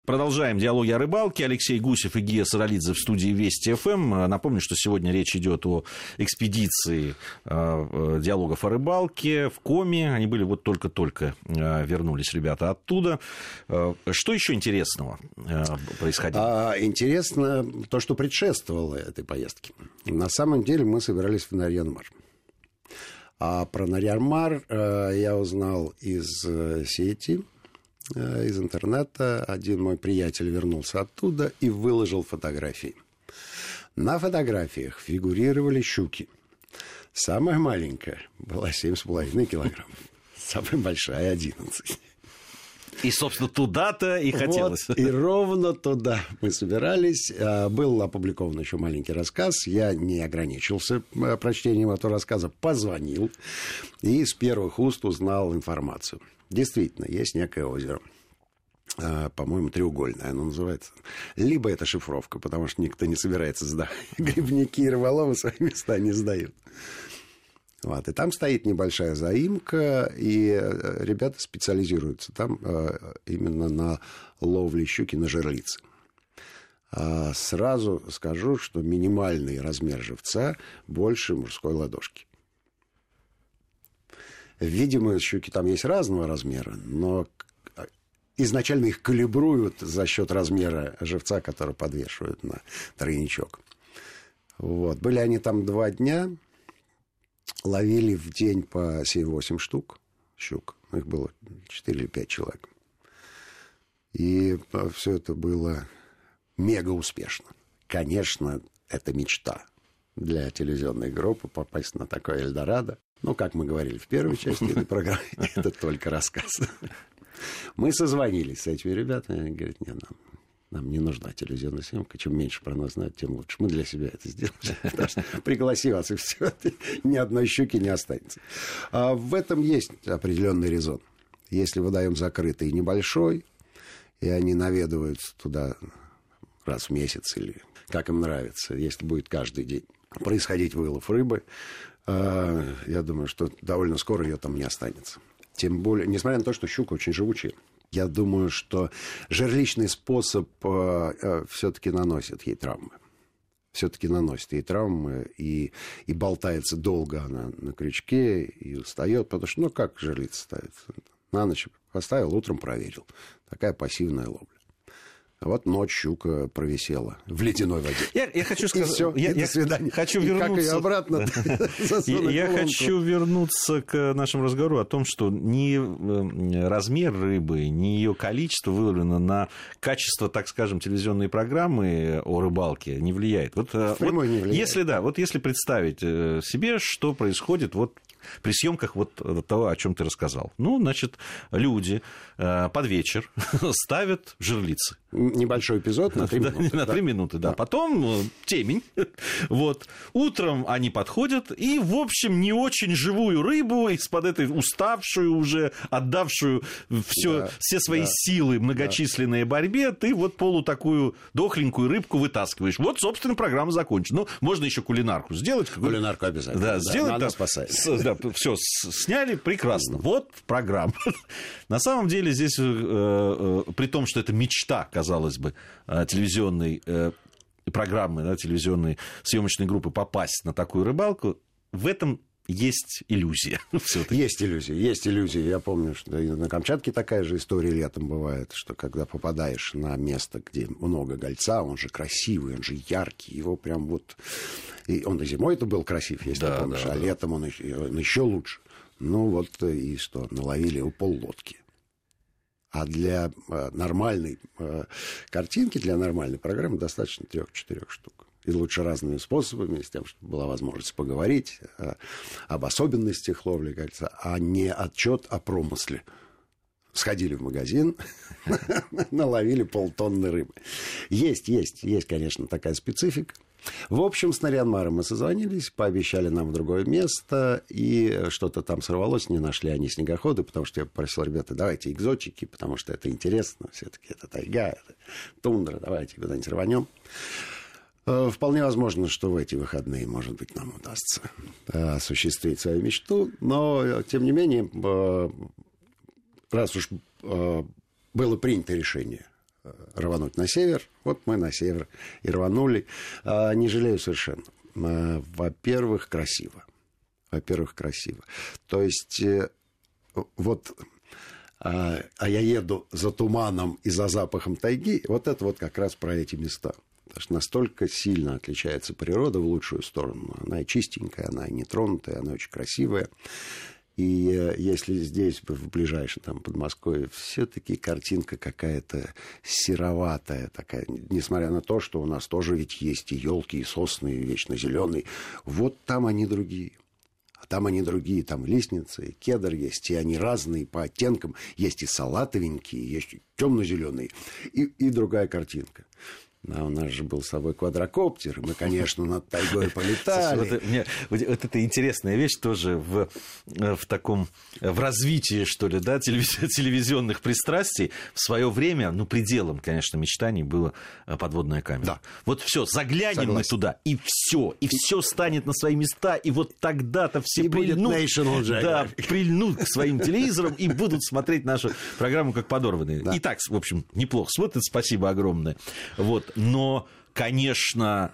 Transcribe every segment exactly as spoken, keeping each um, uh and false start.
Продолжаем диалоги о рыбалке. Алексей Гусев и Гия Саралидзе в студии Вести ФМ. Напомню, что сегодня речь идет о экспедиции э, диалогов о рыбалке в Коми. Они были вот только-только э, вернулись, ребята, оттуда. Э, что еще интересного э, происходило? А, интересно то, что предшествовало этой поездке. На самом деле мы собирались в Нарьян-Мар. А про Нарьян-Мар э, я узнал из э, сети, из интернета. Один мой приятель вернулся оттуда и выложил фотографии. На фотографиях фигурировали щуки. Самая маленькая была семь с половиной килограммов. Самая большая — одиннадцать. И, собственно, туда-то и хотелось. Вот, и ровно туда мы собирались. Был опубликован еще маленький рассказ. Я не ограничился прочтением этого рассказа. Позвонил и с первых уст узнал информацию. Действительно, есть некое озеро. По-моему, треугольное оно называется. Либо это шифровка, потому что никто не собирается сдавать. Грибники и рыболовы свои места не сдают. Вот. И там стоит небольшая заимка, и ребята специализируются там именно на ловле щуки на жерлицы. Сразу скажу, что минимальный размер живца больше мужской ладошки. Видимо, щуки там есть разного размера, но изначально их калибруют за счет размера живца, который подвешивают на тройничок. Вот. Были они там два дня, ловили в день по семь-восемь штук щук. Их было четыре или пять человек. И все это было мега успешно. Конечно, это мечта для телевизионной группы попасть на такое Эльдорадо. Ну, как мы говорили в первой части этой программы, это только рассказ. Мы созвонились с этими ребятами, они говорят: нет, нам, нам не нужна телевизионная съемка, чем меньше про нас знают, тем лучше. Мы для себя это сделали. Пригласи вас, и все, ни одной щуки не останется. А в этом есть определенный резон. Если водоем закрытый и небольшой, и они наведываются туда раз в месяц или как им нравится, если будет каждый день происходить вылов рыбы, я думаю, что довольно скоро ее там не останется. Тем более, несмотря на то, что щука очень живучая. Я думаю, что жерличный способ все-таки наносит ей травмы. Все-таки наносит ей травмы, и, и болтается долго она на крючке, и устает, потому что, ну, как жерлица ставится? На ночь поставил, утром проверил. Такая пассивная ловля. А вот ночь щука провисела в ледяной воде. Я, я хочу сказать, и все, я, и я до свидания. Хочу и вернуться. Как ее обратно Я хочу вернуться к нашему разговору о том, что ни размер рыбы, ни ее количество выловлено на качество, так скажем, телевизионной программы о рыбалке не влияет. Вот, вот не влияет. Если да, вот если представить себе, что происходит вот при съемках вот того, о чем ты рассказал. Ну, значит, люди под вечер ставят жерлицы. Небольшой эпизод на три минуты. На три минуты, да. Потом темень. Вот. Утром они подходят и, в общем, не очень живую рыбу из-под этой уставшую уже, отдавшую все, да, все свои да, силы многочисленной да. борьбе, ты вот полу такую дохленькую рыбку вытаскиваешь. Вот, собственно, программа закончена. Ну, можно еще кулинарку сделать. Кулинарку обязательно. Да, сделать. Да, она спасает. Да, все, сняли, прекрасно. Вот программа. На самом деле здесь, э, э, при том, что это мечта, казалось бы, телевизионной э, программы, да, телевизионной съемочной группы попасть на такую рыбалку, в этом есть иллюзия. Есть иллюзия, есть иллюзия. Я помню, что и на Камчатке такая же история летом бывает, что когда попадаешь на место, где много гольца, он же красивый, он же яркий, его прям вот... И он и зимой это был красив, если да, ты помнишь, да, а да. летом он еще, он еще лучше. Ну вот и что, наловили его поллодки. А для нормальной картинки, для нормальной программы достаточно трех-четырех штук. И лучше разными способами, с тем, чтобы была возможность поговорить об особенностях ловли гольца, а не отчет о промысле. Сходили в магазин, наловили полтонны рыбы. Есть, есть, есть, конечно, такая специфика. В общем, с Нарьян-Маром мы созвонились, пообещали нам другое место, и что-то там сорвалось, не нашли они снегоходы, потому что я попросил: ребята, давайте экзотики, потому что это интересно, все-таки это тайга, это тундра, давайте куда-нибудь рванем. Вполне возможно, что в эти выходные, может быть, нам удастся осуществить свою мечту, но, тем не менее, раз уж было принято решение рвануть на север. Вот мы на север и рванули. Не жалею совершенно. Во-первых, красиво. Во-первых, красиво. То есть, вот... А, а я еду за туманом и за запахом тайги. Вот это вот как раз про эти места. Потому что настолько сильно отличается природа в лучшую сторону. Она и чистенькая, она и нетронутая, она очень красивая. И если здесь, в ближайшем там, Подмосковье, все-таки картинка какая-то сероватая такая, несмотря на то, что у нас тоже ведь есть и елки, и сосны, и вечно зеленые. Вот там они другие. А там они другие, там лестницы, и кедр есть, и они разные по оттенкам. Есть и салатовенькие, есть и темно-зеленые, и, и другая картинка. А у нас же был с собой квадрокоптер, и мы, конечно, над тайгой полетали. Слушай, вот, мне, вот, вот это интересная вещь тоже в, в таком, в развитии, что ли, да, телевизионных пристрастий. В свое время, ну, пределом, конечно, мечтаний была подводная камера. Да. Вот все, заглянем Согласен. мы туда, и все, и все станет на свои места, и вот тогда-то все и прильнут, да, да, прильнут к своим телевизорам и будут смотреть нашу программу как подорванные. Да. И так, в общем, неплохо смотрят, спасибо огромное. Вот. Но, конечно,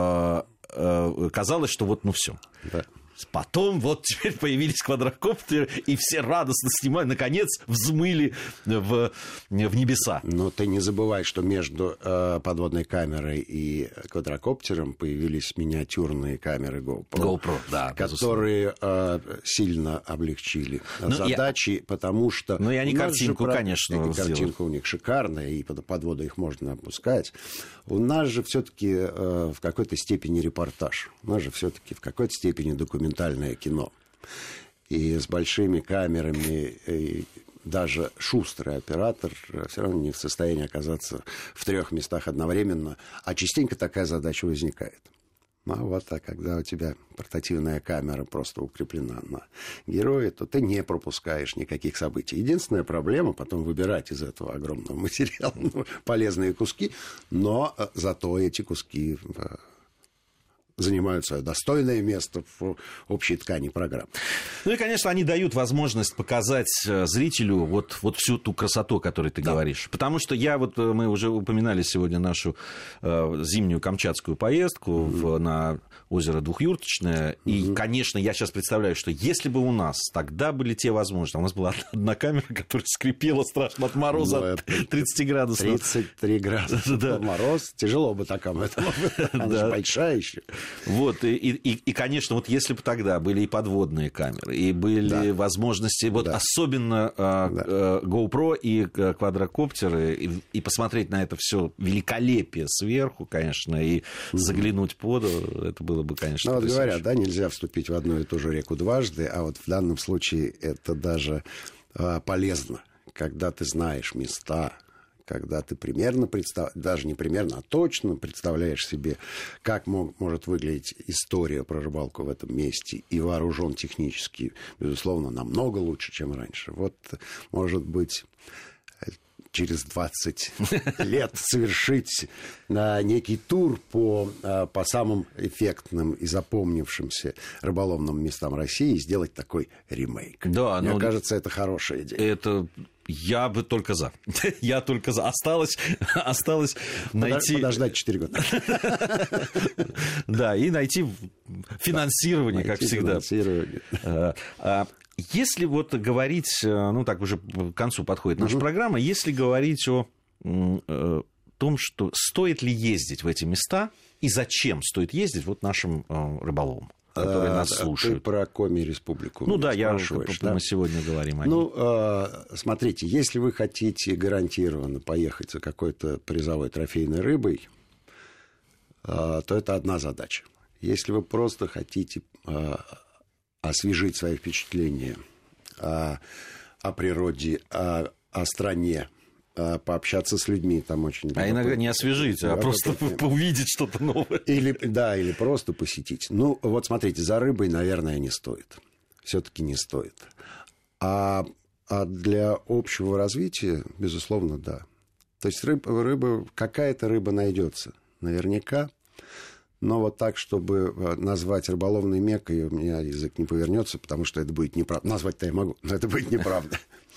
казалось, что вот ну все. Да. Потом вот теперь появились квадрокоптеры, и все радостно снимали, наконец взмыли в, в небеса. Но ты не забывай, что между э, подводной камерой и квадрокоптером появились миниатюрные камеры GoPro, GoPro да, которые э, сильно облегчили ну, задачи, я... потому что... Ну и они картинку, про... конечно, картинка у них шикарная, и под подводу их можно опускать. У нас же все-таки э, в какой-то степени репортаж. У нас же все-таки в какой-то степени документальное кино. И с большими камерами и даже шустрый оператор все равно не в состоянии оказаться в трех местах одновременно, а частенько такая задача возникает. Ну вот, а когда у тебя портативная камера просто укреплена на герое, то ты не пропускаешь никаких событий. Единственная проблема потом выбирать из этого огромного материала полезные куски, но зато эти куски занимают свое достойное место в общей ткани программы. Ну и, конечно, они дают возможность показать зрителю вот, вот всю ту красоту, о которой ты да. говоришь. Потому что я вот, мы уже упоминали сегодня нашу э, зимнюю камчатскую поездку mm-hmm. в, на озеро Двухюрточное. Mm-hmm. И, конечно, я сейчас представляю, что если бы у нас тогда были те возможности, у нас была одна камера, которая скрипела страшно от мороза, от тридцать градусов. тридцать три градуса да. мороз. Тяжело бы такому этому. Она же большая еще. Вот, и, и, и, конечно, вот если бы тогда были и подводные камеры, и были да. возможности, вот да. особенно да. э, GoPro и квадрокоптеры, и, и посмотреть на это все великолепие сверху, конечно, и mm-hmm. заглянуть под, это было бы, конечно, ну, вот говорят, да, нельзя вступить в одну и ту же реку дважды, а вот в данном случае это даже э, полезно, когда ты знаешь места, когда ты примерно представляешь, даже не примерно, а точно представляешь себе, как мог, может выглядеть история про рыбалку в этом месте, и вооружен технически, безусловно, намного лучше, чем раньше. Вот, может быть, через двадцать лет совершить некий тур по, по самым эффектным и запомнившимся рыболовным местам России и сделать такой ремейк. Да, Мне но... кажется, это хорошая идея. Это... Я бы только за. Я только за. Осталось, осталось найти... Подождать четыре года. Да, и найти финансирование, как всегда. Если вот говорить, ну так уже к концу подходит наша программа, если говорить о том, что стоит ли ездить в эти места и зачем стоит ездить вот нашим рыболовам, которые нас слушают. Ты про Коми-республику. Ну да, я, мы да? сегодня говорим о ней. Ну, смотрите, если вы хотите гарантированно поехать за какой-то призовой трофейной рыбой, то это одна задача. Если вы просто хотите освежить свои впечатления о, о природе, о, о стране, пообщаться с людьми там очень... А иногда не освежить, а просто увидеть что-то новое. Или, да, или просто посетить. Ну, вот смотрите, за рыбой, наверное, не стоит. Все-таки не стоит. А, а для общего развития, безусловно, да. То есть рыба, рыба, какая-то рыба найдется, наверняка. Но вот так, чтобы назвать рыболовной Меккой, у меня язык не повернется, потому что это будет неправда. Назвать-то я могу, но это будет неправда.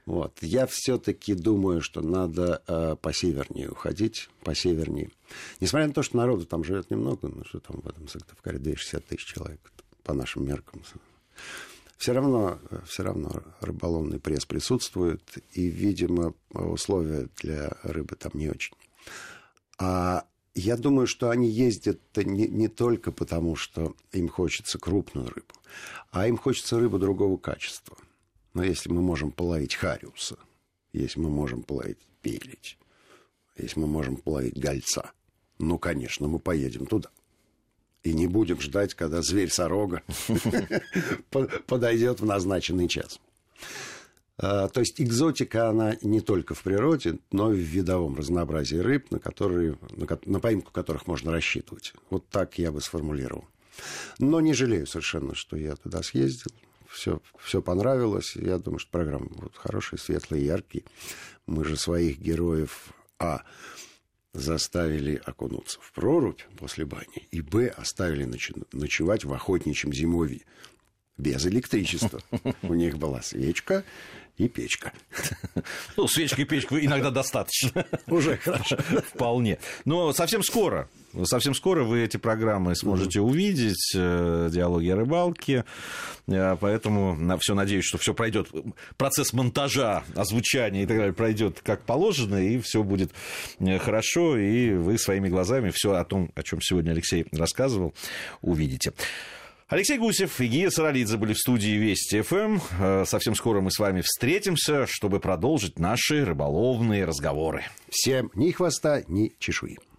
Вот. Я все-таки думаю, что надо э, посевернее уходить, посевернее. Несмотря на то, что народу там живет немного, ну что там в этом Сыктывкаре двести шестьдесят тысяч человек, по нашим меркам. Все равно, все равно рыболовный пресс присутствует, и, видимо, условия для рыбы там не очень. А я думаю, что они ездят не, не только потому, что им хочется крупную рыбу, а им хочется рыбы другого качества. Но если мы можем половить хариуса, если мы можем половить пелить, если мы можем половить гольца, ну, конечно, мы поедем туда. И не будем ждать, когда зверь-сорога подойдет в назначенный час. То есть экзотика, она не только в природе, но и в видовом разнообразии рыб, на, которые, на поимку которых можно рассчитывать. Вот так я бы сформулировал. Но не жалею совершенно, что я туда съездил. Все, все понравилось. Я думаю, что программы будут хорошие, светлые, яркие. Мы же своих героев А заставили окунуться в прорубь после бани, и Б оставили ночевать в охотничьем зимовье без электричества. У них была свечка и печка. Ну, свечка и печка иногда достаточно. Уже хорошо. Вполне. Но совсем скоро, совсем скоро вы эти программы сможете увидеть, диалоги о рыбалке, поэтому все надеюсь, что все пройдет, процесс монтажа, озвучания и так далее пройдет как положено, и все будет хорошо, и вы своими глазами все о том, о чем сегодня Алексей рассказывал, увидите. Алексей Гусев и Гия Саралидзе были в студии Вести ФМ. Совсем скоро мы с вами встретимся, чтобы продолжить наши рыболовные разговоры. Всем ни хвоста, ни чешуи.